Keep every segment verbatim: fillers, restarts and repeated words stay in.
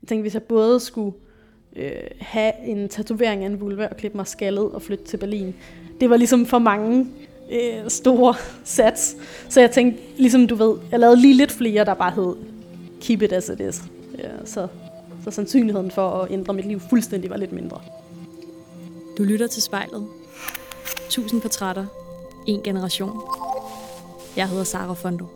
Jeg tænkte, hvis jeg både skulle øh, have en tatovering af en vulva og klippe mig skaldet og flytte til Berlin, det var ligesom for mange øh, store sats. Så jeg tænkte, ligesom du ved, jeg lavede lige lidt flere, der bare hed keep it as it is. Ja, så, så sandsynligheden for at ændre mit liv fuldstændig var lidt mindre. Du lytter til Spejlet. Tusind portrætter. En generation. Jeg hedder Sara Fondo.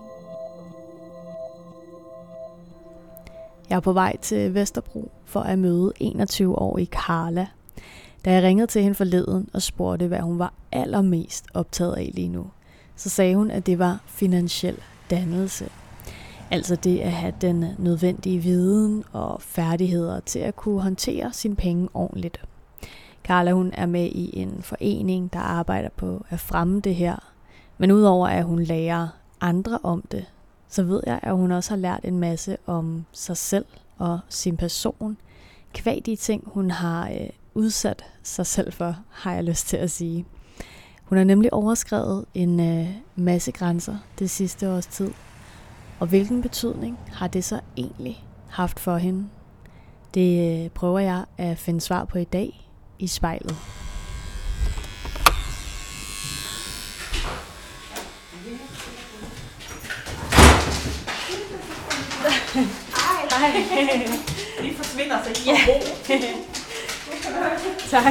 Jeg er på vej til Vesterbro for at møde enogtyve-årige Carla. Da jeg ringede til hende forleden og spurgte, hvad hun var allermest optaget af lige nu, så sagde hun, at det var finansiel dannelse. Altså det at have den nødvendige viden og færdigheder til at kunne håndtere sine penge ordentligt. Carla, hun er med i en forening, der arbejder på at fremme det her. Men udover at hun lærer andre om det, så ved jeg, at hun også har lært en masse om sig selv og sin person. Kvad de ting, hun har øh, udsat sig selv for, har jeg lyst til at sige. Hun har nemlig overskredet en øh, masse grænser det sidste års tid. Og hvilken betydning har det så egentlig haft for hende? Det øh, prøver jeg at finde svar på i dag i Spejlet. Hej. De forsvinder sig ikke fra ro. Tak.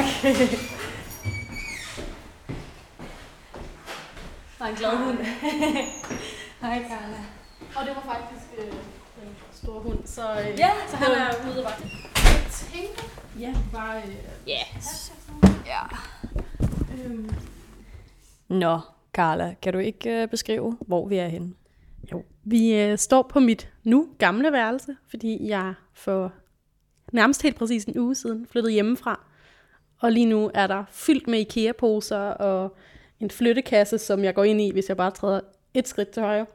Der er en glad hund. Hej, Carla. Og det var faktisk øh, en stor hund, så, øh, Ja, så han er ude og vagt. Jeg tænker, Ja, bare... Øh, Ja. ja. Øhm. Nå, Carla, kan du ikke øh, beskrive, hvor vi er henne? Jo, vi øh, står på mit nu gamle værelse, fordi jeg for nærmest helt præcis en uge siden flyttede hjemmefra. Og lige nu er der fyldt med IKEA-poser og en flyttekasse, som jeg går ind i, hvis jeg bare træder et skridt til højre.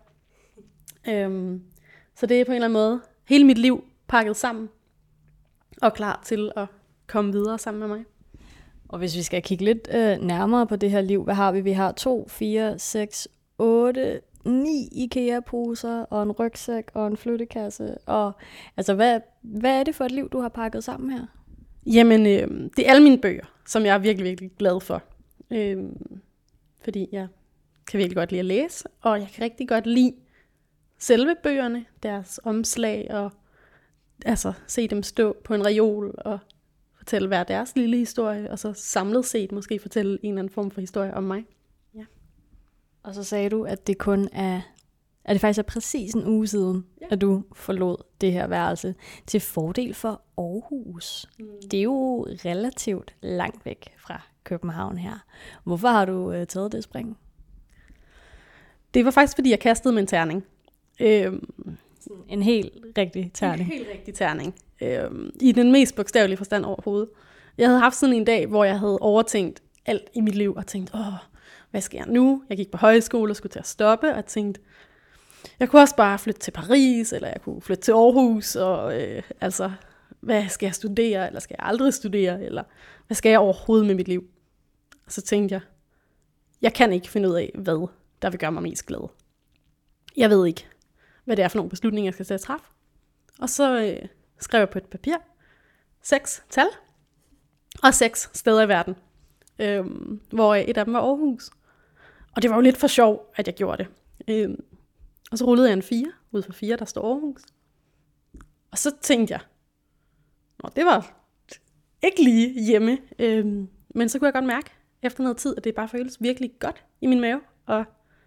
Øhm, så det er på en eller anden måde hele mit liv pakket sammen og klar til at komme videre sammen med mig. Og hvis vi skal kigge lidt øh, nærmere på det her liv, hvad har vi? Vi har to, fire, seks, otte, ni IKEA-poser og en rygsæk og en flyttekasse. Og altså, hvad, hvad er det for et liv, du har pakket sammen her? Jamen, øh, det er alle mine bøger, som jeg er virkelig, virkelig glad for. Øh, fordi jeg kan virkelig godt lide at læse, og jeg kan rigtig godt lide selve bøgerne, deres omslag, og altså se dem stå på en reol og fortælle hver deres lille historie, og så samlet set måske fortælle en eller anden form for historie om mig. Ja. Og så sagde du, at det kun er, at det faktisk er præcis en uge siden, ja. At du forlod det her værelse til fordel for Aarhus. Mm. Det er jo relativt langt væk fra København her. Hvorfor har du øh, taget det spring? Det var faktisk, fordi jeg kastede med en terning. Øhm, en helt rigtig terning. En helt rigtig terning. Øhm, I den mest bogstavelige forstand overhovedet. Jeg havde haft sådan en dag, hvor jeg havde overtænkt alt i mit liv, og tænkt, åh, hvad skal jeg nu? Jeg gik på højskole og skulle til at stoppe, og tænkte, jeg kunne også bare flytte til Paris, eller jeg kunne flytte til Aarhus, og øh, altså, hvad skal jeg studere, eller skal jeg aldrig studere, eller hvad skal jeg overhovedet med mit liv? Og så tænkte jeg, jeg kan ikke finde ud af, hvad der vil gøre mig mest glad. Jeg ved ikke, hvad det er for nogle beslutninger, jeg skal til at træffe. Og så øh, skrev jeg på et papir, seks tal, og seks steder i verden, øh, hvor et af dem var Aarhus. Og det var jo lidt for sjov, at jeg gjorde det. Øh, og så rullede jeg en fire, ud for fire, der står Aarhus. Og så tænkte jeg, nå, det var ikke lige hjemme, øh, men så kunne jeg godt mærke efter noget tid, at det bare føltes virkelig godt i min mave. Og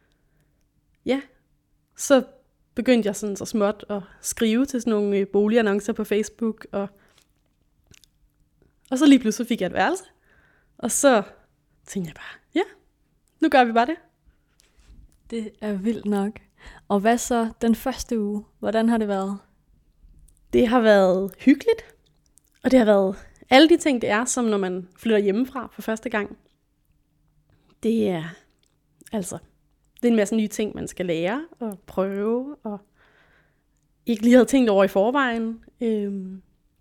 ja, så begyndte jeg sådan så småt at skrive til sådan nogle øh, boligannoncer på Facebook, og, og så lige pludselig fik jeg et værelse, og så tænkte jeg bare, ja, nu gør vi bare det. Det er vildt nok. Og hvad så den første uge? Hvordan har det været? Det har været hyggeligt, og det har været alle de ting, det er, som når man flytter hjemmefra for første gang. Det er altså, det er en masse nye ting, man skal lære og prøve, og ikke lige havde tænkt over i forvejen. Øhm.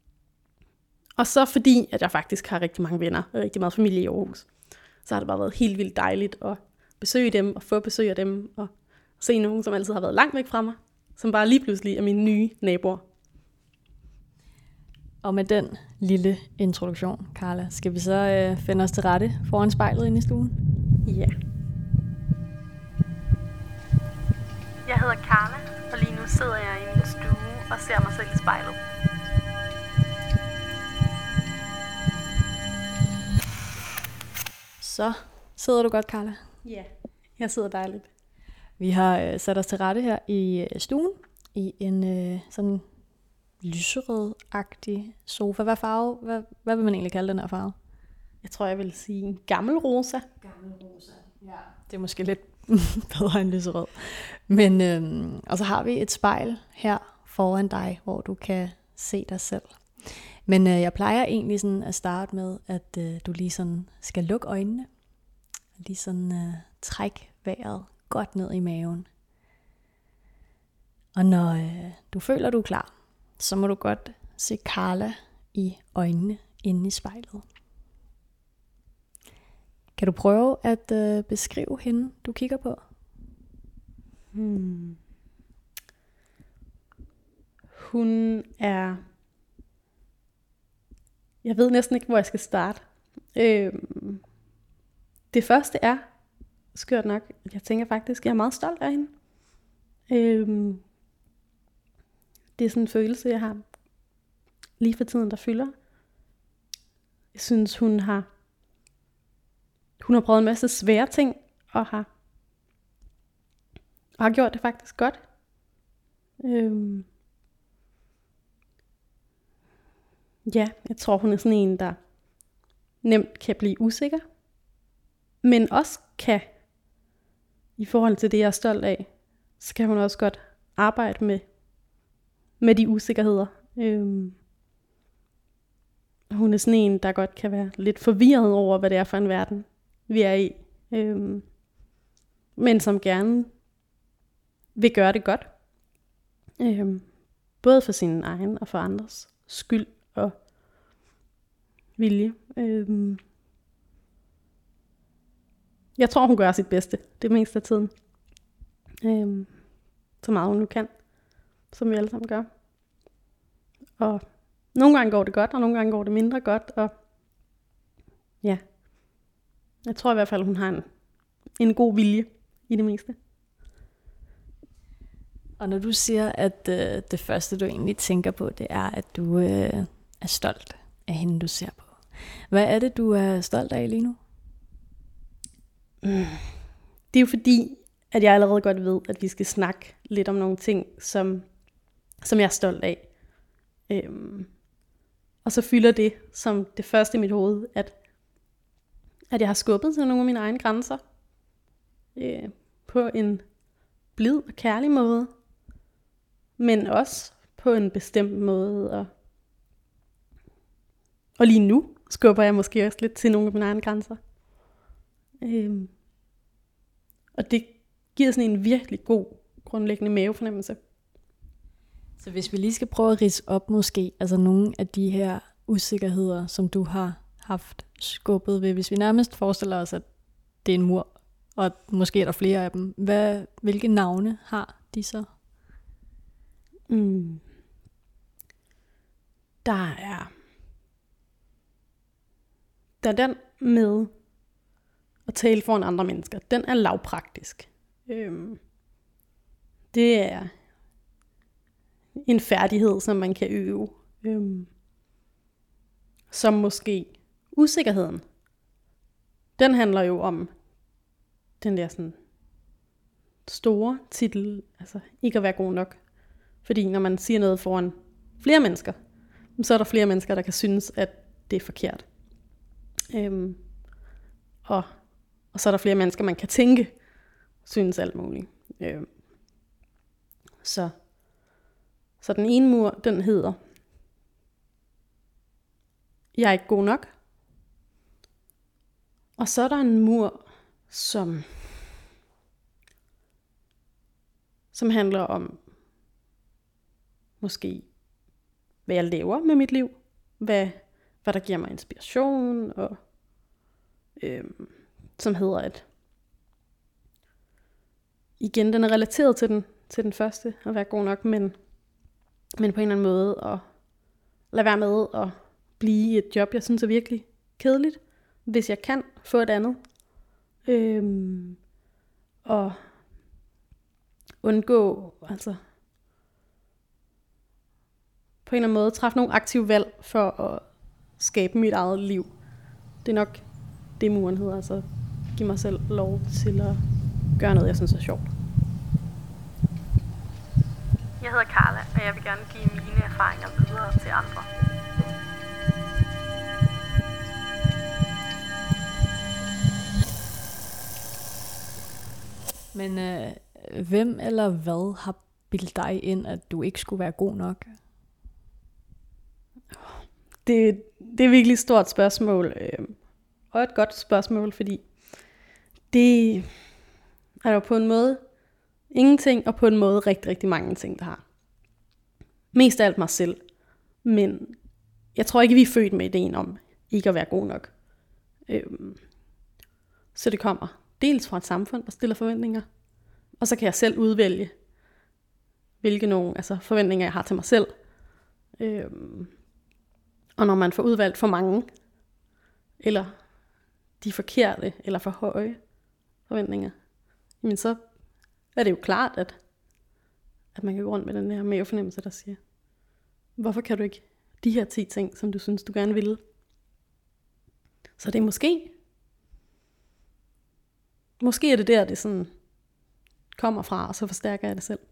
Og så fordi, at jeg faktisk har rigtig mange venner og rigtig meget familie i Aarhus, så har det bare været helt vildt dejligt at besøge dem og få besøg af dem, og se nogen, som altid har været langt væk fra mig, som bare lige pludselig er mine nye naboer. Og med den lille introduktion, Carla, skal vi så øh, finde os til rette foran spejlet inde i stuen? Ja. Jeg hedder Carla, og lige nu sidder jeg i min stue og ser mig selv i spejlet. Så sidder du godt, Carla? Ja, jeg sidder dejligt. Vi har øh, sat os til rette her i øh, stuen, i en øh, sådan lyserød-agtig sofa. Hvad farve? Hvad, hvad vil man egentlig kalde den her farve? Jeg tror, jeg vil sige en gammel rosa. Gammel rosa, ja. Det er måske lidt bedre end lyserød. Men, øhm, og så har vi et spejl her foran dig, hvor du kan se dig selv. Men øh, jeg plejer egentlig sådan at starte med, at øh, du lige sådan skal lukke øjnene. Lige sådan øh, træk vejret godt ned i maven. Og når øh, du føler, du er klar, så må du godt se Carla i øjnene inde i spejlet. Kan du prøve at øh, beskrive hende, du kigger på? Hmm. Hun er... Jeg ved næsten ikke, hvor jeg skal starte. Øhm... Det første er, skørt nok, at jeg tænker faktisk, at jeg er meget stolt af hende. Øhm... Det er sådan en følelse, jeg har lige for tiden, der fylder. Jeg synes, hun har hun har prøvet en masse svære ting, og har, og har gjort det faktisk godt. Øhm. Ja, jeg tror, hun er sådan en, der nemt kan blive usikker, men også kan, i forhold til det, jeg er stolt af, så kan hun også godt arbejde med med de usikkerheder. Øhm. Hun er sådan en, der godt kan være lidt forvirret over, hvad det er for en verden, vi er i. Øhm. Men som gerne vil gøre det godt. Øhm. Både for sin egen og for andres skyld og vilje. Øhm. Jeg tror, hun gør sit bedste det meste af tiden. Øhm. Så meget hun nu kan. Som vi alle sammen gør. Og nogle gange går det godt, og nogle gange går det mindre godt, og ja, jeg tror i hvert fald, hun har en, en god vilje i det meste. Og når du siger, at øh, det første, du egentlig tænker på, det er, at du øh, er stolt af hende, du ser på. Hvad er det, du er stolt af lige nu? Mm. Det er jo fordi, at jeg allerede godt ved, at vi skal snakke lidt om nogle ting, som, som jeg er stolt af. Øhm. Og så fylder det som det første i mit hoved, at, at jeg har skubbet til nogle af mine egne grænser. Øh, på en blid og kærlig måde. Men også på en bestemt måde. Og, og lige nu skubber jeg måske også lidt til nogle af mine egne grænser. Øh, og det giver sådan en virkelig god, grundlæggende mavefornemmelse. Så hvis vi lige skal prøve at ridse op måske, altså nogle af de her usikkerheder, som du har haft skubbet ved, hvis vi nærmest forestiller os, at det er en mur, og måske er der flere af dem, hvad, hvilke navne har de så? Mm. Der er der er den med at tale foran andre mennesker. Den er lavpraktisk. Øhm. Det er en færdighed, som man kan øve. Øhm, som måske usikkerheden. Den handler jo om den der sådan store titel, altså ikke at være god nok. Fordi når man siger noget foran flere mennesker, så er der flere mennesker, der kan synes, at det er forkert. Øhm, og, og så er der flere mennesker, man kan tænke, synes alt muligt. Øhm, så Så den ene mur, den hedder, jeg er ikke god nok. Og så er der en mur, som, som handler om, måske, hvad jeg laver med mit liv. Hvad, hvad der giver mig inspiration. Og øhm, som hedder, at igen, den er relateret til den, til den første, at være god nok, men Men på en eller anden måde at lade være med at blive i et job, jeg synes er virkelig kedeligt, hvis jeg kan få et andet. Øhm, og undgå, altså på en eller anden måde, træffe nogle aktive valg for at skabe mit eget liv. Det er nok det, muren hedder, altså give mig selv lov til at gøre noget, jeg synes er sjovt. Jeg hedder Carla, og jeg vil gerne give mine erfaringer videre til andre. Men øh, hvem eller hvad har bildet dig ind, at du ikke skulle være god nok? Det, det er virkelig et stort spørgsmål, øh, og et godt spørgsmål, fordi det er jo på en måde ingenting, og på en måde rigtig, rigtig mange ting, der har. Mest af alt mig selv, men jeg tror ikke, vi er født med ideen om ikke at være god nok. Øh, så det kommer dels fra et samfund, der stiller forventninger, og så kan jeg selv udvælge, hvilke nogle altså forventninger, jeg har til mig selv. Øhm, og når man får udvalgt for mange, eller de forkerte, eller for høje forventninger, jamen så er det jo klart, at, at man kan gå rundt med den her mavefornemmelse, der siger, hvorfor kan du ikke de her ti ting, som du synes, du gerne ville? Så det er måske Måske er det der, det sådan kommer fra, og så forstærker jeg det selv.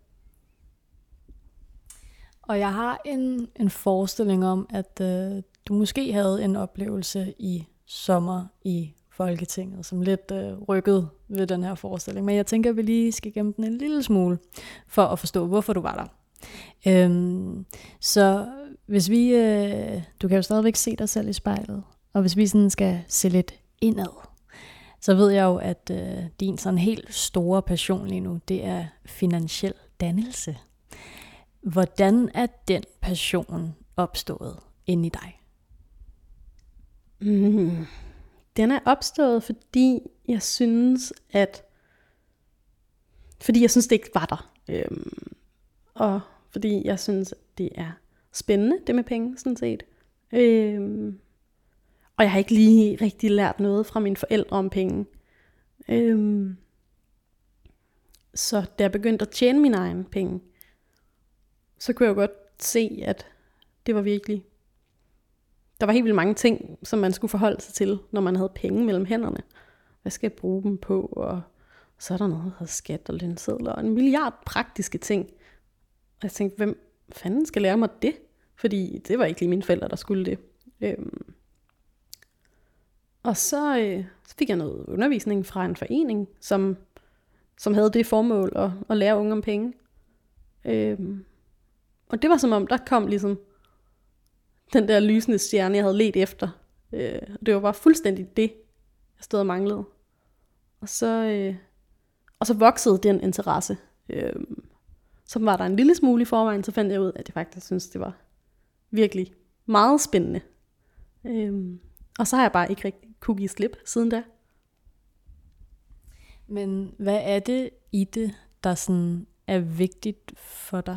Og jeg har en, en forestilling om, at øh, du måske havde en oplevelse i sommer i Folketinget, som lidt øh, rykket ved den her forestilling. Men jeg tænker, at vi lige skal gemme den en lille smule, for at forstå, hvorfor du var der. Øhm, så hvis vi, øh, du kan jo stadigvæk se dig selv i spejlet, og hvis vi sådan skal se lidt indad, så ved jeg jo, at øh, din sådan helt store passion lige nu, det er finansiel dannelse. Hvordan er den passion opstået inde i dig? Mm. Den er opstået, fordi jeg synes, at fordi jeg synes, det ikke var der. Øhm, og fordi jeg synes, det er spændende, det med penge, sådan set. Øhm, Og jeg har ikke lige rigtig lært noget fra mine forældre om penge. Øhm, så da jeg begyndte at tjene mine egne penge, så kunne jeg jo godt se, at det var virkelig... Der var helt vildt mange ting, som man skulle forholde sig til, når man havde penge mellem hænderne. Hvad skal jeg bruge dem på? Og så er der noget, der hedder skat og lønsedler, og en milliard praktiske ting. Og jeg tænkte, hvem fanden skal lære mig det? Fordi det var ikke lige mine forældre, der skulle det. Øhm, Og så, øh, så fik jeg noget undervisning fra en forening, som, som havde det formål at, at lære unge om penge. Øhm, og det var som om, der kom ligesom den der lysende stjerne, jeg havde ledt efter. Øh, det var bare fuldstændig det, jeg stod og manglede. Og så, øh, og så voksede den interesse. Øh, så var der en lille smule i forvejen, så fandt jeg ud, at jeg faktisk synes, det var virkelig meget spændende. Øh, og så har jeg bare ikke rigtig kunne give slip siden da. Men hvad er det i det, der sådan er vigtigt for dig?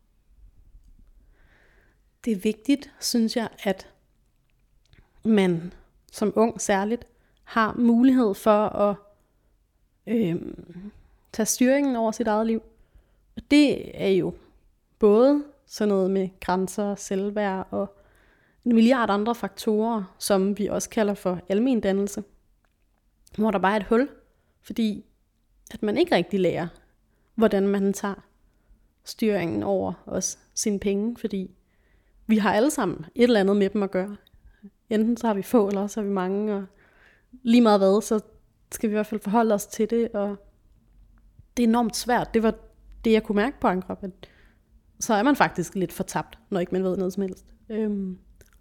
Det er vigtigt, synes jeg, at man som ung særligt har mulighed for at øh, tage styringen over sit eget liv. Og det er jo både sådan noget med grænser, selvværd og en milliard andre faktorer, som vi også kalder for almendannelse, hvor der bare er et hul, fordi at man ikke rigtig lærer, hvordan man tager styringen over os sine penge, fordi vi har alle sammen et eller andet med dem at gøre. Enten så har vi få, eller så har vi mange, og lige meget hvad, så skal vi i hvert fald forholde os til det, og det er enormt svært. Det var det, jeg kunne mærke på Ankrop, at så er man faktisk lidt fortabt, når ikke man ved noget som helst. Øhm.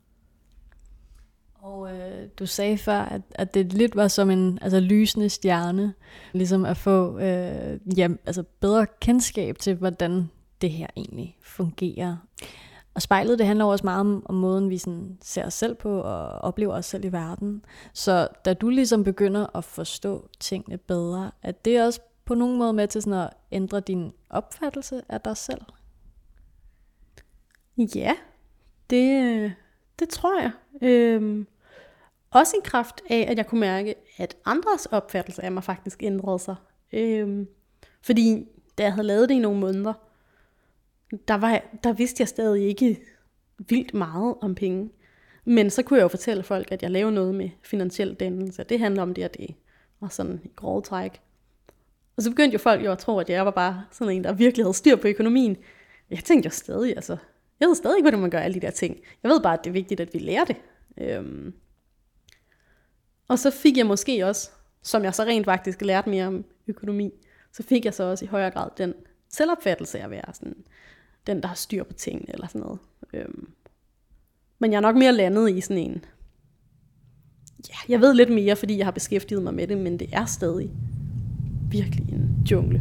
Og øh, du sagde før, at, at det lidt var som en altså, lysende stjerne, ligesom at få øh, ja, altså, bedre kendskab til, hvordan det her egentlig fungerer. Og spejlet, det handler også meget om, om måden, vi sådan ser os selv på og oplever os selv i verden. Så da du ligesom begynder at forstå tingene bedre, er det også på nogen måde med til sådan at ændre din opfattelse af dig selv? Ja, Det, det tror jeg. Øhm, også i kraft af, at jeg kunne mærke, at andres opfattelse af mig faktisk ændrede sig. Øhm, fordi da jeg havde lavet det i nogle måneder, der, var, der vidste jeg stadig ikke vildt meget om penge. Men så kunne jeg jo fortælle folk, at jeg laver noget med finansiel dannelse. Det handler om det og det. Og sådan i grove træk. Og så begyndte jo folk jo at tro, at jeg var bare sådan en, der virkelig havde styr på økonomien. Jeg tænkte jo stadig, altså, jeg ved stadig ikke, hvordan man gør alle de der ting. Jeg ved bare, at det er vigtigt, at vi lærer det. Øhm. Og så fik jeg måske også, som jeg så rent faktisk lærte mere om økonomi, så fik jeg så også i højere grad den selvopfattelse af at være sådan, den, der har styr på tingene eller sådan noget. Øhm. Men jeg er nok mere landet i sådan en, ja, jeg ved lidt mere, fordi jeg har beskæftiget mig med det, men det er stadig virkelig en jungle.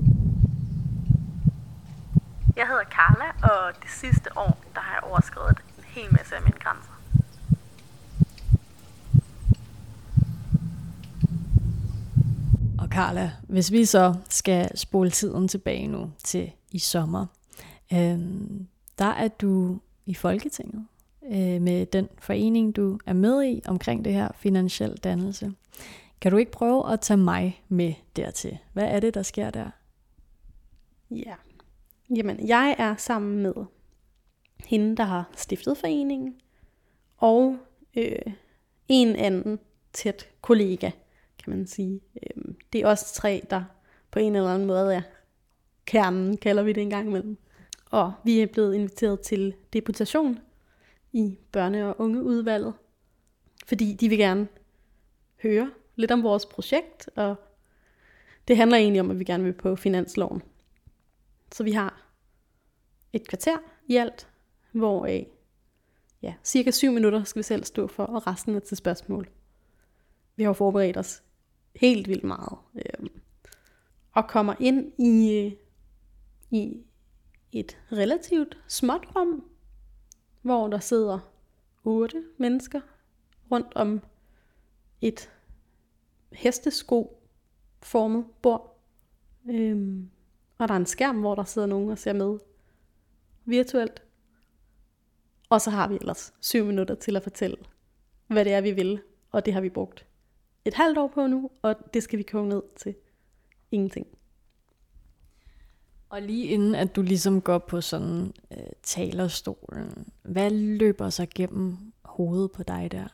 Jeg hedder Carla, og det sidste år, der har jeg overskredet en hel masse af mine grænser. Og Carla, hvis vi så skal spole tiden tilbage nu til i sommer, øh, der er du i Folketinget øh, med den forening, du er med i omkring det her finansiel dannelse. Kan du ikke prøve at tage mig med dertil? Hvad er det, der sker der? Ja, jamen jeg er sammen med hende, der har stiftet foreningen, og øh, en anden tæt kollega, kan man sige. Øh, det er os tre, der på en eller anden måde er kernen, kalder vi det en gang imellem. Og vi er blevet inviteret til deputation i børne- og ungeudvalget, fordi de vil gerne høre lidt om vores projekt, og det handler egentlig om, at vi gerne vil på finansloven. Så vi har et kvarter i alt, hvoraf ja, cirka syv minutter skal vi selv stå for, og resten er til spørgsmål. Vi har jo forberedt os helt vildt meget, øh, og kommer ind i, i et relativt småt rum, hvor der sidder otte mennesker rundt om et hestesko-formet bord. Øhm, og der er en skærm, hvor der sidder nogen og ser med virtuelt. Og så har vi ellers syv minutter til at fortælle, hvad det er, vi vil. Og det har vi brugt et halvt år på nu, og det skal vi koge ned til ingenting. Og lige inden at du ligesom går på sådan øh, talerstolen, hvad løber så gennem hovedet på dig der?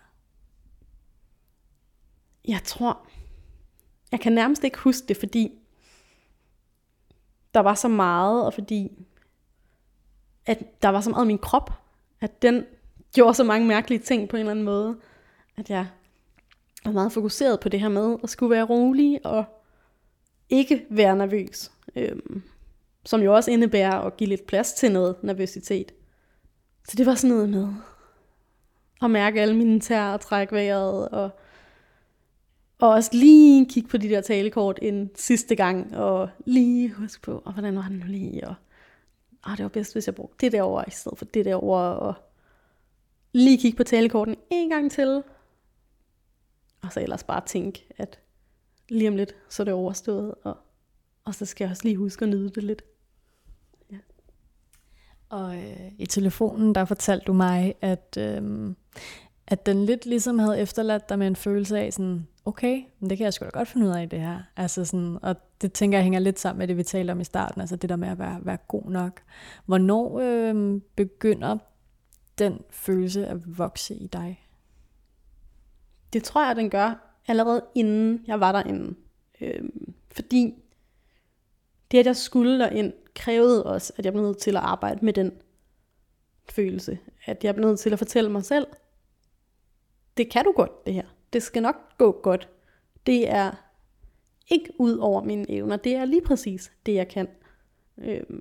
Jeg tror, jeg kan nærmest ikke huske det, fordi der var så meget, og fordi at der var så meget i min krop, at den gjorde så mange mærkelige ting på en eller anden måde, at jeg var meget fokuseret på det her med at skulle være rolig og ikke være nervøs. Øhm, som jo også indebærer at give lidt plads til noget nervøsitet. Så det var sådan noget med at mærke alle mine tær og trække vejret, og, og også lige kigge på de der talekort en sidste gang, og lige huske på, og hvordan var det nu lige, og ah, det var bedst, hvis jeg brugte det derovre, i stedet for det derovre, og lige kigge på talekorten en gang til, og så ellers bare tænke, at lige om lidt, så er det overstået, og, og så skal jeg også lige huske at nyde det lidt. Ja. Og øh, i telefonen, der fortalte du mig, at, øh, at den lidt ligesom havde efterladt dig med en følelse af sådan, okay, men det kan jeg sgu da godt finde ud af det her. Altså sådan, og det tænker jeg hænger lidt sammen med det, vi talte om i starten, altså det der med at være, være god nok. Hvornår øh, begynder den følelse at vokse i dig? Det tror jeg, den gør allerede inden jeg var derinde. Øhm, fordi det, at jeg skulle derind, krævede også, at jeg blev nødt til at arbejde med den følelse. At jeg blev nødt til at fortælle mig selv, det kan du godt, det her. Det skal nok gå godt. Det er ikke ud over mine evner. Det er lige præcis det, jeg kan. Øhm.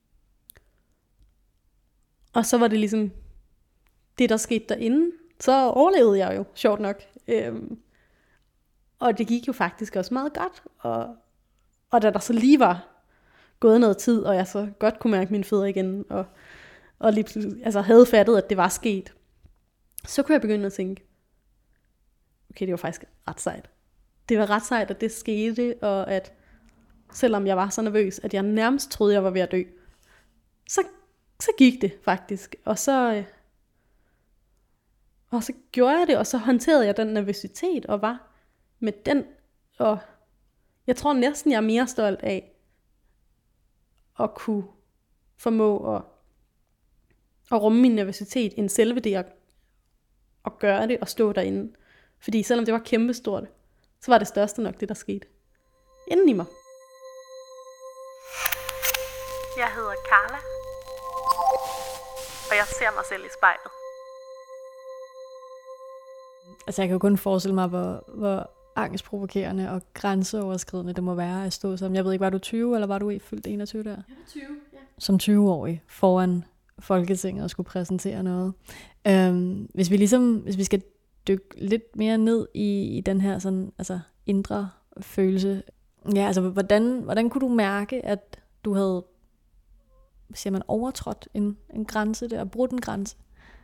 Og så var det ligesom det, der skete derinde. Så overlevede jeg jo, sjovt nok. Øhm. Og det gik jo faktisk også meget godt. Og, og da der så lige var gået noget tid, og jeg så godt kunne mærke mine fødder igen, og, og lige, altså havde fattet, at det var sket, så kunne jeg begynde at tænke, okay, det var faktisk ret sejt. Det var ret sejt, at det skete, og at selvom jeg var så nervøs, at jeg nærmest troede, jeg var ved at dø, så, så gik det faktisk. Og så, Og så gjorde jeg det, og så håndterede jeg den nervøsitet, og var med den, og jeg tror næsten, jeg er mere stolt af, at kunne formå at, at rumme min nervøsitet, end selve det at, at gøre det, og stå derinde. Fordi selvom det var kæmpestort, så var det største nok det, der skete inden i mig. Jeg hedder Carla, og jeg ser mig selv i spejlet. Altså jeg kan jo kun forestille mig, hvor, hvor angstprovokerende og grænseoverskridende det må være at stå som, jeg ved ikke, var du tyve, eller var du fyldt enogtyve der? Jeg var tyve, ja. Som tyve-årig foran Folketinget og skulle præsentere noget. Øhm, hvis vi ligesom, hvis vi skal dykke lidt mere ned i, i den her sådan, altså indre følelse, ja, altså hvordan, hvordan kunne du mærke, at du havde, siger man, overtrådt en, en grænse der, brudt en grænse?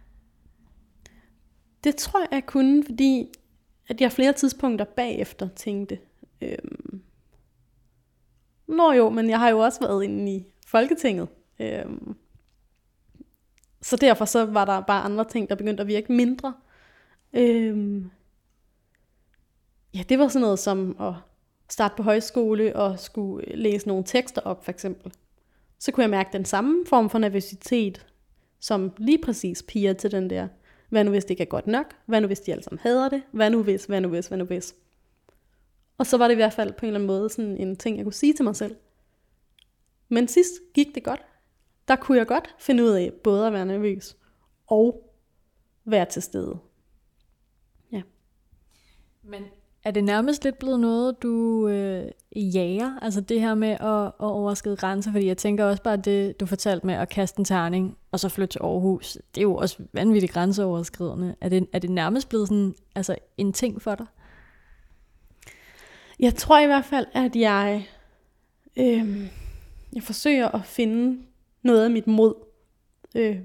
Det tror jeg, jeg kunne, fordi at jeg flere tidspunkter bagefter tænkte, øhm, nå jo, men jeg har jo også været inde i Folketinget. Øhm, så derfor så var der bare andre ting, der begyndte at virke mindre. Øhm, ja, det var sådan noget som at starte på højskole og skulle læse nogle tekster op, for eksempel. Så kunne jeg mærke den samme form for nervøsitet, som lige præcis piger til den der, hvad nu hvis det ikke er godt nok? Hvad nu hvis de alle sammen hader det? Hvad nu hvis, hvad nu hvis, hvad nu hvis? Og så var det i hvert fald på en eller anden måde sådan en ting, jeg kunne sige til mig selv. Men sidst gik det godt. Der kunne jeg godt finde ud af både at være nervøs og være til stede. Ja. Men er det nærmest lidt blevet noget, du øh, jager? Altså det her med at, at overskride grænser? Fordi jeg tænker også bare, det du fortalte med at kaste en terning, og så flytte til Aarhus. Det er jo også vanvittigt grænseoverskridende. Er det, er det nærmest blevet sådan, altså en ting for dig? Jeg tror i hvert fald, at jeg, øh, jeg forsøger at finde noget af mit mod. Øh,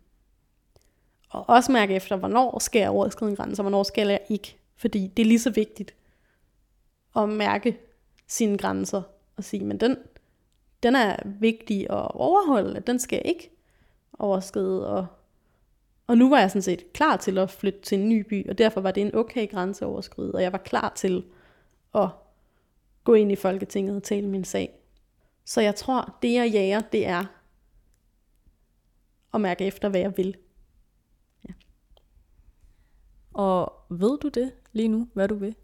og også mærke efter, hvornår skal jeg overskride en grænse, og hvornår skal jeg ikke. Fordi det er lige så vigtigt at mærke sine grænser og sige, men den, den er vigtig at overholde, den skal jeg ikke overskride. Og, og nu var jeg sådan set klar til at flytte til en ny by, og derfor var det en okay grænse at overskride, og jeg var klar til at gå ind i Folketinget og tale min sag. Så jeg tror, det jeg jager, det er at mærke efter, hvad jeg vil. Ja. Og ved du det lige nu, hvad du vil?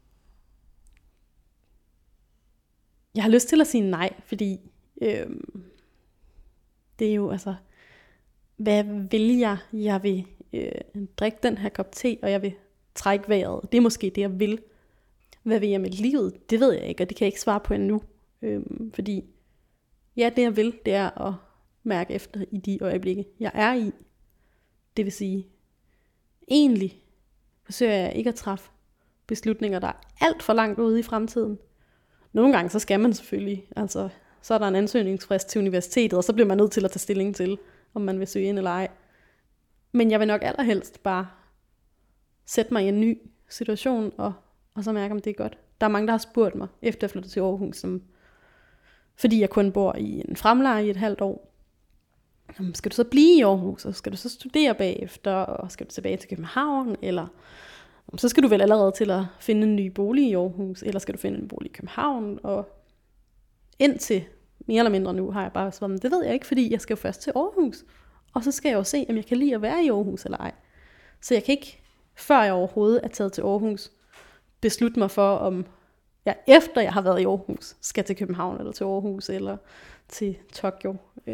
Jeg har lyst til at sige nej, fordi øhm, det er jo altså, hvad vil jeg? Jeg vil øh, drikke den her kop te, og jeg vil trække vejret. Det er måske det, jeg vil. Hvad vil jeg med livet? Det ved jeg ikke, og det kan jeg ikke svare på endnu. Øhm, fordi ja, det jeg vil, det er at mærke efter i de øjeblikke, jeg er i. Det vil sige, egentlig forsøger jeg ikke at træffe beslutninger, der er alt for langt ude i fremtiden. Nogle gange så skal man selvfølgelig, altså så er der en ansøgningsfrist til universitetet, og så bliver man nødt til at tage stilling til, om man vil søge ind eller ej. Men jeg vil nok allerhelst bare sætte mig i en ny situation, og, og så mærke, om det er godt. Der er mange, der har spurgt mig, efter jeg flyttede til Aarhus, som, fordi jeg kun bor i en fremleje i et halvt år. Skal du så blive i Aarhus, og skal du så studere bagefter, og skal du tilbage til København, eller så skal du vel allerede til at finde en ny bolig i Aarhus, eller skal du finde en bolig i København, og indtil mere eller mindre nu har jeg bare svaret, det ved jeg ikke, fordi jeg skal jo først til Aarhus, og så skal jeg jo se, om jeg kan lide at være i Aarhus eller ej. Så jeg kan ikke, før jeg overhovedet er taget til Aarhus, beslutte mig for, om jeg efter jeg har været i Aarhus, skal til København, eller til Aarhus, eller til Tokyo.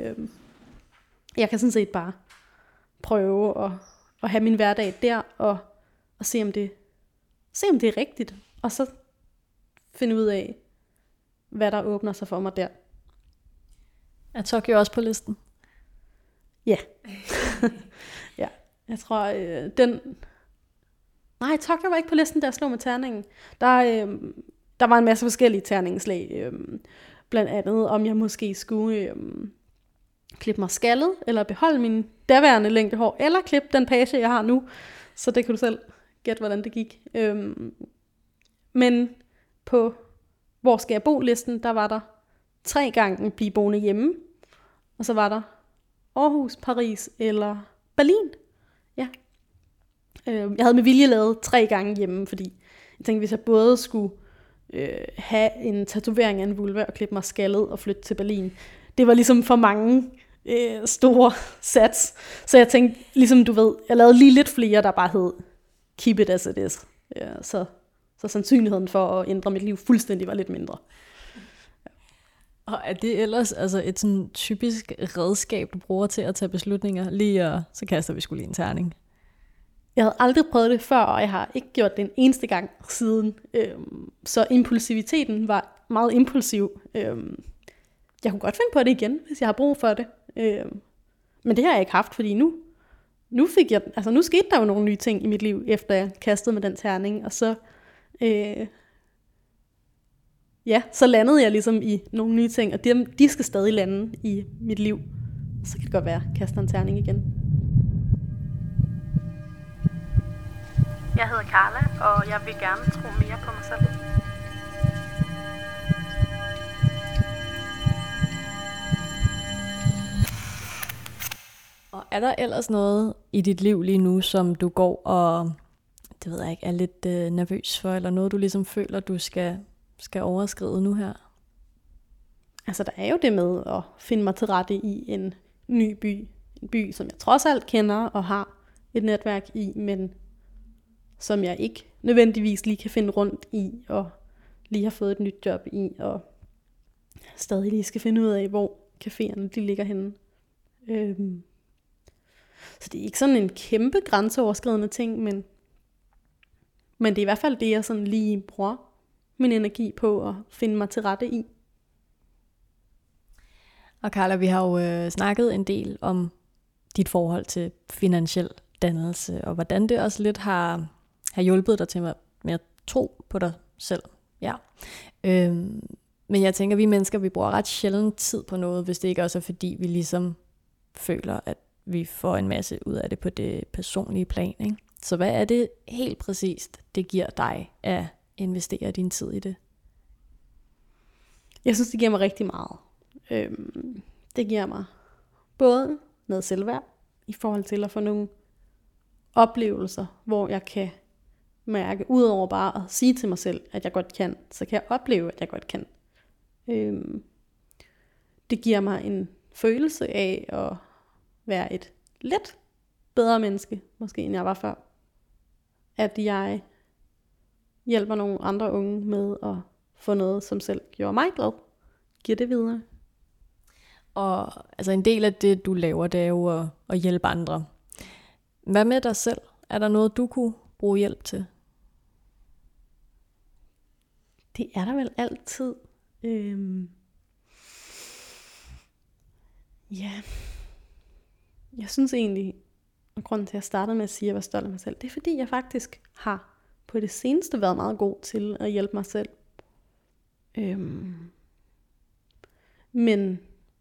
Jeg kan sådan set bare prøve at, at have min hverdag der, og, og se, om det, se om det er rigtigt, og så finde ud af, hvad der åbner sig for mig der. Er Tokyo også på listen? Ja. Ja, jeg tror, øh, den... Nej, Tokyo var ikke på listen, da jeg slog med terningen. Der, øh, der var en masse forskellige terningslag. Øh, blandt andet, om jeg måske skulle øh, klippe mig skaldet, eller beholde min daværende længde hår, eller klippe den page, jeg har nu. Så det kan du selv gætte, hvordan det gik. Øh, men på hvor skal jeg bo-listen, der var der tre gange blive boende hjemme. Og så var der Aarhus, Paris eller Berlin. Ja. Øh, jeg havde med vilje lavet tre gange hjemme, fordi jeg tænkte, hvis jeg både skulle øh, have en tatovering af en vulva og klippe mig skaldet og flytte til Berlin, det var ligesom for mange øh, store sats. Så jeg tænkte, ligesom du ved, jeg lavede lige lidt flere, der bare hed keep it as it is. Ja, så, så sandsynligheden for at ændre mit liv fuldstændig var lidt mindre. Og er det ellers altså et sådan typisk redskab, du bruger til at tage beslutninger? Lige og så kaster vi sgu lige en terning. Jeg havde aldrig prøvet det før, og jeg har ikke gjort det en eneste gang siden. Øhm, så impulsiviteten var meget impulsiv. Øhm, jeg kunne godt finde på det igen, hvis jeg har brug for det. Øhm, men det har jeg ikke haft, fordi nu, nu, fik jeg, altså nu skete der jo nogle nye ting i mit liv, efter jeg kastede med den terning. Og så, øh, ja, så landede jeg ligesom i nogle nye ting, og de, de skal stadig lande i mit liv. Så kan det godt være, at jeg kaster en terning igen. Jeg hedder Carla, og jeg vil gerne tro mere på mig selv. Og er der ellers noget i dit liv lige nu, som du går og, det ved jeg ikke, er lidt øh, nervøs for, eller noget du ligesom føler, du skal, skal overskride nu her? Altså der er jo det med at finde mig til rette i en ny by. En by, som jeg trods alt kender og har et netværk i, men som jeg ikke nødvendigvis lige kan finde rundt i, og lige har fået et nyt job i, og stadig lige skal finde ud af, hvor caféerne de ligger henne. Øhm. Så det er ikke sådan en kæmpe grænseoverskridende ting, men, men det er i hvert fald det, jeg sådan lige bruger min energi på at finde mig til rette i. Og Carla, vi har jo øh, snakket en del om dit forhold til finansiel dannelse, og hvordan det også lidt har, har hjulpet dig til med, med at tro på dig selv. Ja. Øhm, men jeg tænker, at vi mennesker, vi bruger ret sjældent tid på noget, hvis det ikke også er fordi, vi ligesom føler, at vi får en masse ud af det på det personlige plan. Ikke? Så hvad er det helt præcist, det giver dig at investere din tid i det? Jeg synes, det giver mig rigtig meget. Øhm, det giver mig både noget selvværd, i forhold til at få nogle oplevelser, hvor jeg kan mærke, udover bare at sige til mig selv, at jeg godt kan, så kan jeg opleve, at jeg godt kan. Øhm, det giver mig en følelse af at være et lidt bedre menneske, måske end jeg var før. At jeg hjælper nogle andre unge med at få noget, som selv gjorde mig glad. Giver det videre. Og altså en del af det, du laver, det er jo at, at hjælpe andre. Hvad med dig selv? Er der noget, du kunne bruge hjælp til? Det er der vel altid. Øhm. Ja. Jeg synes egentlig, og grunden til, at jeg startede med at sige, at jeg var stolt af mig selv, det er fordi, jeg faktisk har på det seneste været meget god til at hjælpe mig selv. Øhm. Men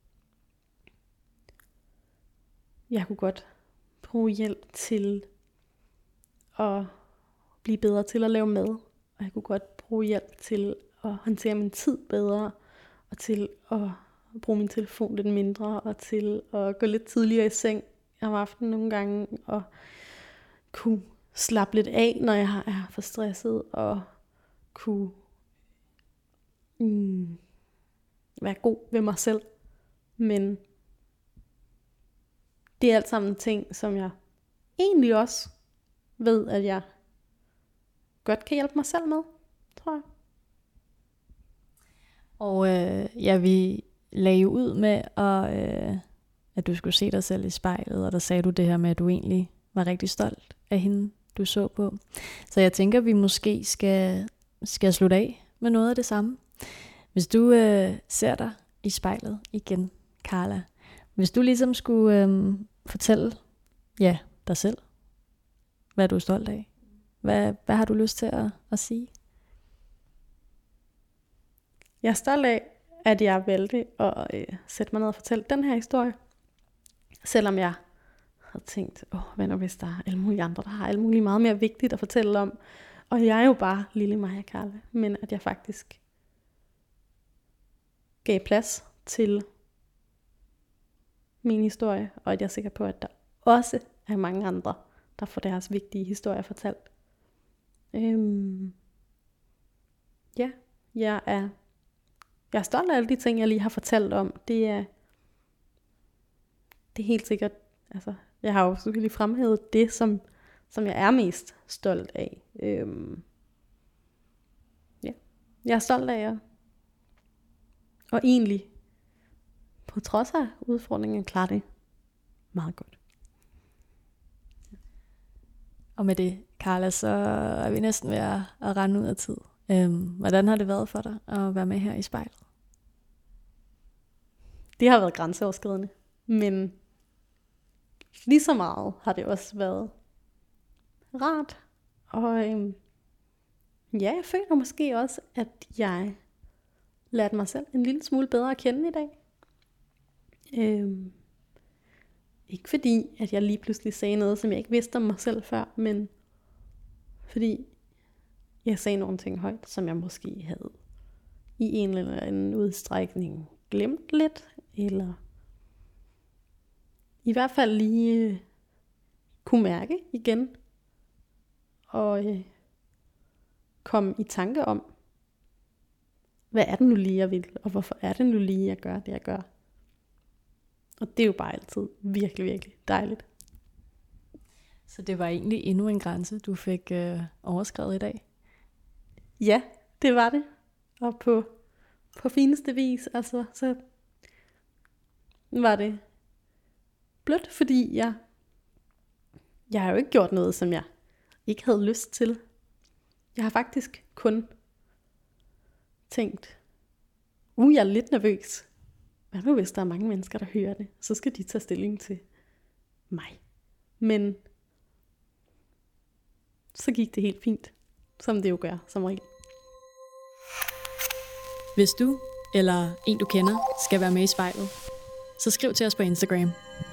jeg kunne godt bruge hjælp til at blive bedre til at lave mad. Og jeg kunne godt bruge hjælp til at håndtere min tid bedre. Og til at bruge min telefon lidt mindre. Og til at gå lidt tidligere i seng om aftenen nogle gange. Og kunne slappe lidt af, når jeg er for stresset. Og kunne mm, være god ved mig selv. Men det er alt sammen ting, som jeg egentlig også ved, at jeg godt kan hjælpe mig selv med, tror jeg. Og øh, ja, vi lagde jo ud med, at, øh, at du skulle se dig selv i spejlet, og der sagde du det her med, at du egentlig var rigtig stolt af hende, du så på. Så jeg tænker, at vi måske skal, skal slutte af med noget af det samme. Hvis du øh, ser dig i spejlet igen, Carla, hvis du ligesom skulle øh, fortælle ja, dig selv, hvad du er stolt af, hvad, hvad har du lyst til at, at sige? Jeg er stolt af, at jeg valgte at øh, sætte mig ned og fortælle den her historie. Selvom jeg havde tænkt, åh, hvad nu hvis der er alle mulige andre, der har alle mulige meget mere vigtigt at fortælle om. Og jeg er jo bare lille Maja Carla, men at jeg faktisk gav plads til min historie, og at jeg er sikker på, at der også er mange andre, der får deres vigtige historier fortalt. Øhm, ja, jeg er, jeg er stolt af alle de ting, jeg lige har fortalt om. Det er, det er helt sikkert, altså, jeg har jo selvfølgelig fremhævet det, som, som jeg er mest stolt af. Øhm, ja, jeg er stolt af jer. Og egentlig, på trods af udfordringen, klarer det meget godt. Og med det, Carla, så er vi næsten ved at, at rende ud af tid. Øhm, hvordan har det været for dig at være med her i spejlet? Det har været grænseoverskridende, men lige så meget har det også været rart. Og øhm, ja, jeg føler måske også, at jeg lærte mig selv en lille smule bedre at kende i dag. Øhm, ikke fordi, at jeg lige pludselig sagde noget, som jeg ikke vidste om mig selv før, men fordi jeg sagde nogle ting højt, som jeg måske havde i en eller anden udstrækning glemt lidt, eller i hvert fald lige øh, kunne mærke igen, og øh, komme i tanke om, hvad er det nu lige, jeg vil, og hvorfor er det nu lige, jeg gør det, jeg gør. Og det er jo bare altid virkelig, virkelig dejligt. Så det var egentlig endnu en grænse, du fik øh, overskrevet i dag? Ja, det var det. Og på, på fineste vis, altså, så var det blødt, fordi jeg, jeg har jo ikke gjort noget, som jeg ikke havde lyst til. Jeg har faktisk kun tænkt, uh, jeg er lidt nervøs. Hvad nu, hvis der er mange mennesker, der hører det? Så skal de tage stilling til mig. Men så gik det helt fint, som det jo gør som regel. Hvis du eller en du kender skal være med i spejlet, så skriv til os på Instagram.